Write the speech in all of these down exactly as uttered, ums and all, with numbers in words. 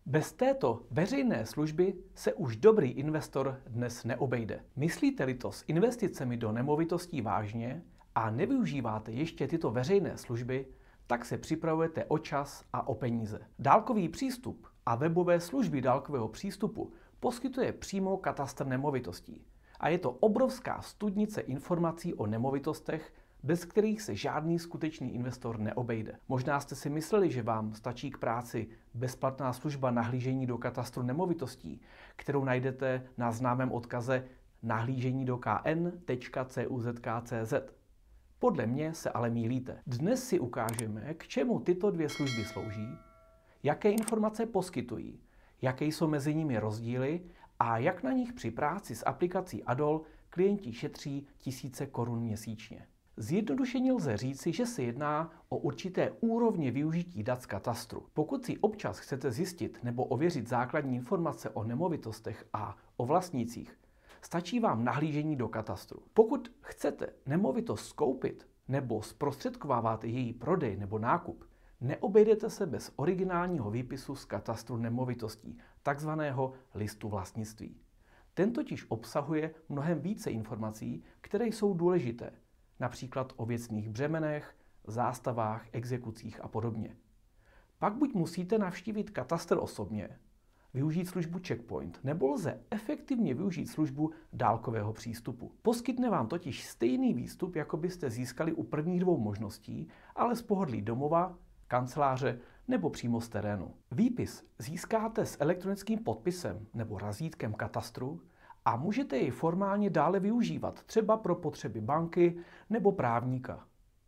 Bez této veřejné služby se už dobrý investor dnes neobejde. Myslíte-li to s investicemi do nemovitostí vážně a nevyužíváte ještě tyto veřejné služby, tak se připravujete o čas a o peníze. Dálkový přístup a webové služby dálkového přístupu poskytuje přímo katastr nemovitostí. A je to obrovská studnice informací o nemovitostech, bez kterých se žádný skutečný investor neobejde. Možná jste si mysleli, že vám stačí k práci bezplatná služba nahlížení do katastru nemovitostí, kterou najdete na známém odkaze nahlížení do k n tečka c u z k tečka c z. Podle mě se ale mýlíte. Dnes si ukážeme, k čemu tyto dvě služby slouží, jaké informace poskytují, jaké jsou mezi nimi rozdíly a jak na nich při práci s aplikací Adol klienti šetří tisíce korun měsíčně. Zjednodušeně lze říci, že se jedná o určité úrovně využití dat z katastru. Pokud si občas chcete zjistit nebo ověřit základní informace o nemovitostech a o vlastnících, stačí vám nahlížení do katastru. Pokud chcete nemovitost skoupit nebo zprostředkováváte její prodej nebo nákup, neobejdete se bez originálního výpisu z katastru nemovitostí, takzvaného listu vlastnictví. Ten totiž obsahuje mnohem více informací, které jsou důležité, například o věcných břemenech, zástavách, exekucích a podobně. Pak buď musíte navštívit katastr osobně, využít službu Checkpoint, nebo lze efektivně využít službu dálkového přístupu. Poskytne vám totiž stejný výstup, jako byste získali u prvních dvou možností, ale z pohodlí domova, kanceláře nebo přímo z terénu. Výpis získáte s elektronickým podpisem nebo razítkem katastru a můžete jej formálně dále využívat, třeba pro potřeby banky nebo právníka.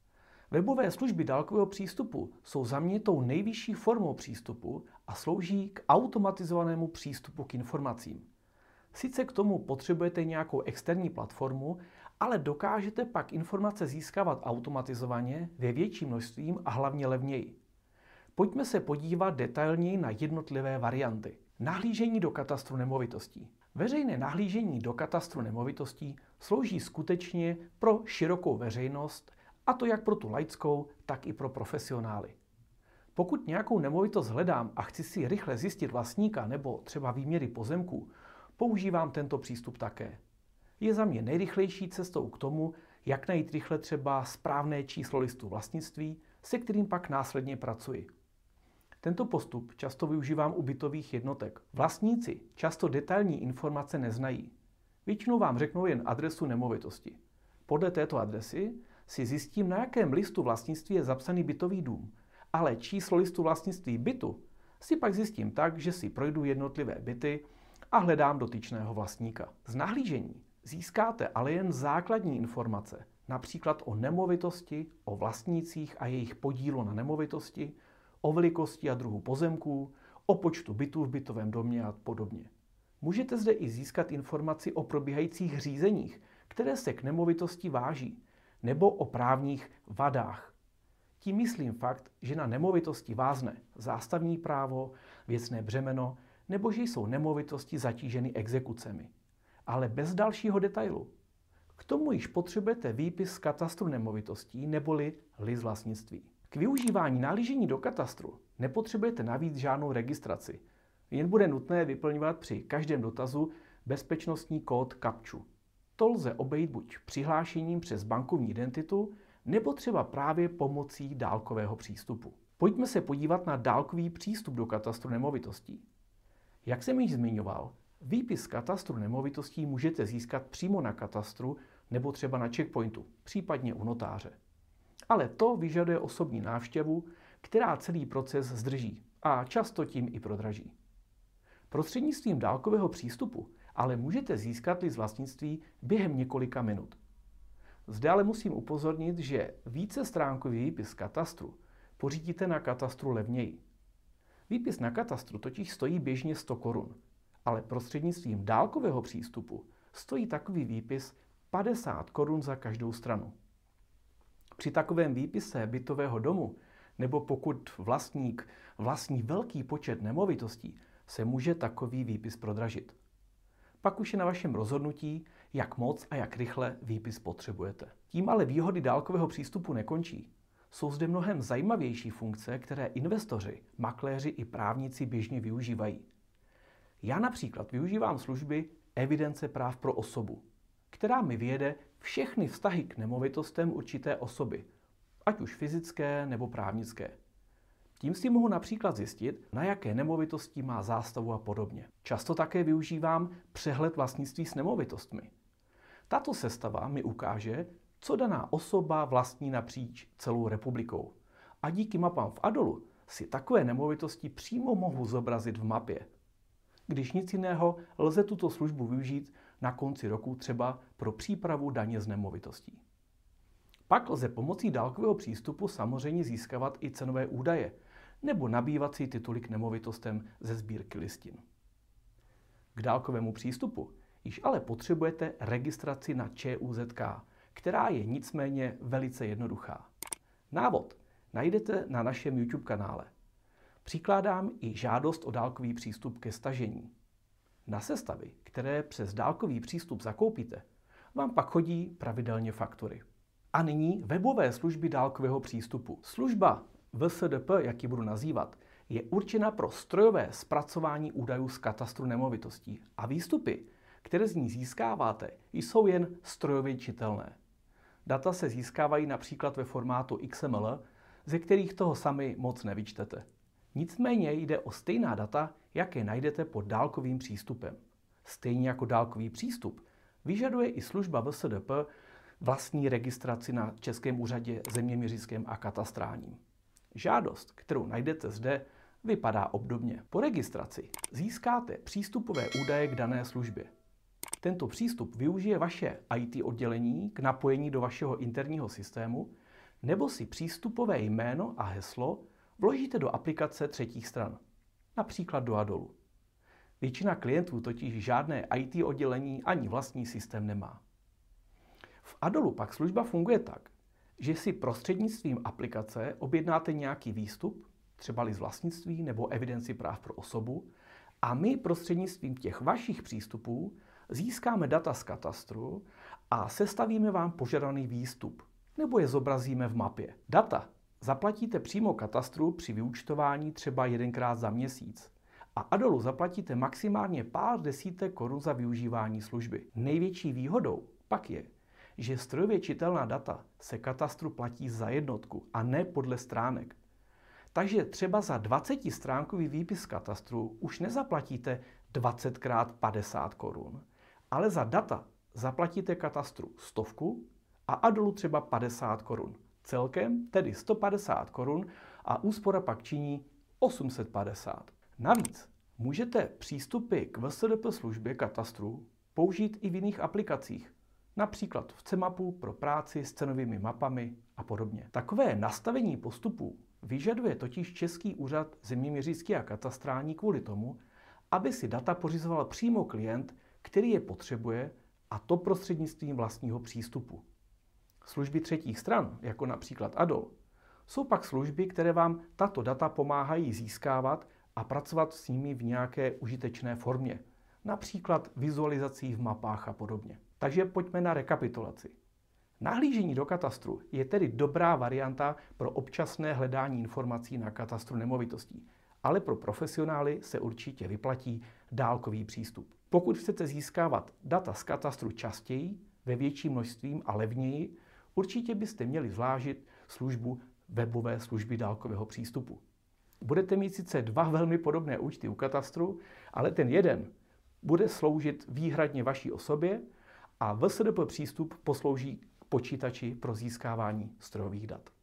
Webové služby dálkového přístupu jsou za mě tou nejvyšší formou přístupu a slouží k automatizovanému přístupu k informacím. Sice k tomu potřebujete nějakou externí platformu, ale dokážete pak informace získávat automatizovaně ve větším množstvím a hlavně levněji. Pojďme se podívat detailněji na jednotlivé varianty. Nahlížení do katastru nemovitostí. Veřejné nahlížení do katastru nemovitostí slouží skutečně pro širokou veřejnost, a to jak pro tu laickou, tak i pro profesionály. Pokud nějakou nemovitost hledám a chci si rychle zjistit vlastníka nebo třeba výměry pozemků, používám tento přístup také. Je za mě nejrychlejší cestou k tomu, jak najít rychle třeba správné číslo listu vlastnictví, se kterým pak následně pracuji. Tento postup často využívám u bytových jednotek. Vlastníci často detailní informace neznají. Většinou vám řeknou jen adresu nemovitosti. Podle této adresy si zjistím, na jakém listu vlastnictví je zapsaný bytový dům, ale číslo listu vlastnictví bytu si pak zjistím tak, že si projdu jednotlivé byty a hledám dotyčného vlastníka. Z nahlížení získáte ale jen základní informace, například o nemovitosti, o vlastnících a jejich podílu na nemovitosti, o velikosti a druhu pozemků, o počtu bytů v bytovém domě a podobně. Můžete zde i získat informaci o probíhajících řízeních, které se k nemovitosti váží, nebo o právních vadách. Tím myslím fakt, že na nemovitosti vázne zástavní právo, věcné břemeno, nebo že jsou nemovitosti zatíženy exekucemi. Ale bez dalšího detailu. K tomu již potřebujete výpis z katastru nemovitostí neboli list vlastnictví. K využívání nahlížení do katastru nepotřebujete navíc žádnou registraci. Jen bude nutné vyplňovat při každém dotazu bezpečnostní kód kapču. To lze obejít buď přihlášením přes bankovní identitu, nebo třeba právě pomocí dálkového přístupu. Pojďme se podívat na dálkový přístup do katastru nemovitostí. Jak jsem již zmiňoval, výpis z katastru nemovitostí můžete získat přímo na katastru nebo třeba na Checkpointu, případně u notáře. Ale to vyžaduje osobní návštěvu, která celý proces zdrží a často tím i prodraží. Prostřednictvím dálkového přístupu ale můžete získat list vlastnictví během několika minut. Zde ale musím upozornit, že vícestránkový výpis z katastru pořídíte na katastru levněji. Výpis na katastru totiž stojí běžně sto korun, ale prostřednictvím dálkového přístupu stojí takový výpis padesát korun za každou stranu. Při takovém výpise bytového domu, nebo pokud vlastník vlastní velký počet nemovitostí, se může takový výpis prodražit. Pak už je na vašem rozhodnutí, jak moc a jak rychle výpis potřebujete. Tím ale výhody dálkového přístupu nekončí. Jsou zde mnohem zajímavější funkce, které investoři, makléři i právníci běžně využívají. Já například využívám služby evidence práv pro osobu, která mi vyjede všechny vztahy k nemovitostem určité osoby, ať už fyzické nebo právnické. Tím si mohu například zjistit, na jaké nemovitosti má zástavu a podobně. Často také využívám přehled vlastnictví s nemovitostmi. Tato sestava mi ukáže, co daná osoba vlastní napříč celou republikou. A díky mapám v Adolu si takové nemovitosti přímo mohu zobrazit v mapě. Když nic jiného, lze tuto službu využít na konci roku třeba pro přípravu daně z nemovitostí. Pak lze pomocí dálkového přístupu samozřejmě získávat i cenové údaje nebo nabývat si tituly k nemovitostem ze sbírky listin. K dálkovému přístupu již ale potřebujete registraci na ČÚZK, která je nicméně velice jednoduchá. Návod najdete na našem YouTube kanále. Přikládám i žádost o dálkový přístup ke stažení. Na sestavy, které přes dálkový přístup zakoupíte, vám pak chodí pravidelně faktury. A nyní webové služby dálkového přístupu. Služba V S D P, jak ji budu nazývat, je určena pro strojové zpracování údajů z katastru nemovitostí a výstupy, které z ní získáváte, jsou jen strojově čitelné. Data se získávají například ve formátu X M L, ze kterých toho sami moc nevyčtete. Nicméně jde o stejná data, jaké najdete pod dálkovým přístupem. Stejně jako dálkový přístup vyžaduje i služba V S D P vlastní registraci na Českém úřadě zeměměřickém a katastrálním. Žádost, kterou najdete zde, vypadá obdobně. Po registraci získáte přístupové údaje k dané službě. Tento přístup využije vaše I T oddělení k napojení do vašeho interního systému, nebo si přístupové jméno a heslo vložíte do aplikace třetích stran, například do Adolu. Většina klientů totiž žádné I T oddělení ani vlastní systém nemá. V Adolu pak služba funguje tak, že si prostřednictvím aplikace objednáte nějaký výstup, třeba list vlastnictví nebo evidenci práv pro osobu, a my prostřednictvím těch vašich přístupů získáme data z katastru a sestavíme vám požadaný výstup, nebo je zobrazíme v mapě. Data zaplatíte přímo katastru při vyúčtování třeba jedenkrát za měsíc a Adolu zaplatíte maximálně pár desítek korun za využívání služby. Největší výhodou pak je, že strojově čitelná data se katastru platí za jednotku a ne podle stránek. Takže třeba za dvacetistránkový výpis katastru už nezaplatíte dvacet krát padesát korun, ale za data zaplatíte katastru stovku a Adolu třeba padesát korun. Celkem tedy sto padesát korun a úspora pak činí osm set padesát. Navíc můžete přístupy k V S D P službě katastru použít i v jiných aplikacích, například v C mapu pro práci s cenovými mapami a podobně. Takové nastavení postupů vyžaduje totiž Český úřad zeměměřický a katastrální kvůli tomu, aby si data pořizoval přímo klient, který je potřebuje, a to prostřednictvím vlastního přístupu. Služby třetích stran, jako například Adol, jsou pak služby, které vám tato data pomáhají získávat a pracovat s nimi v nějaké užitečné formě, například vizualizací v mapách a podobně. Takže pojďme na rekapitulaci. Nahlížení do katastru je tedy dobrá varianta pro občasné hledání informací na katastru nemovitostí, ale pro profesionály se určitě vyplatí dálkový přístup. Pokud chcete získávat data z katastru častěji, ve větším množství a levněji, určitě byste měli zvážit službu webové služby dálkového přístupu. Budete mít sice dva velmi podobné účty u katastru, ale ten jeden bude sloužit výhradně vaší osobě a V S D P přístup poslouží k počítači pro získávání strojových dat.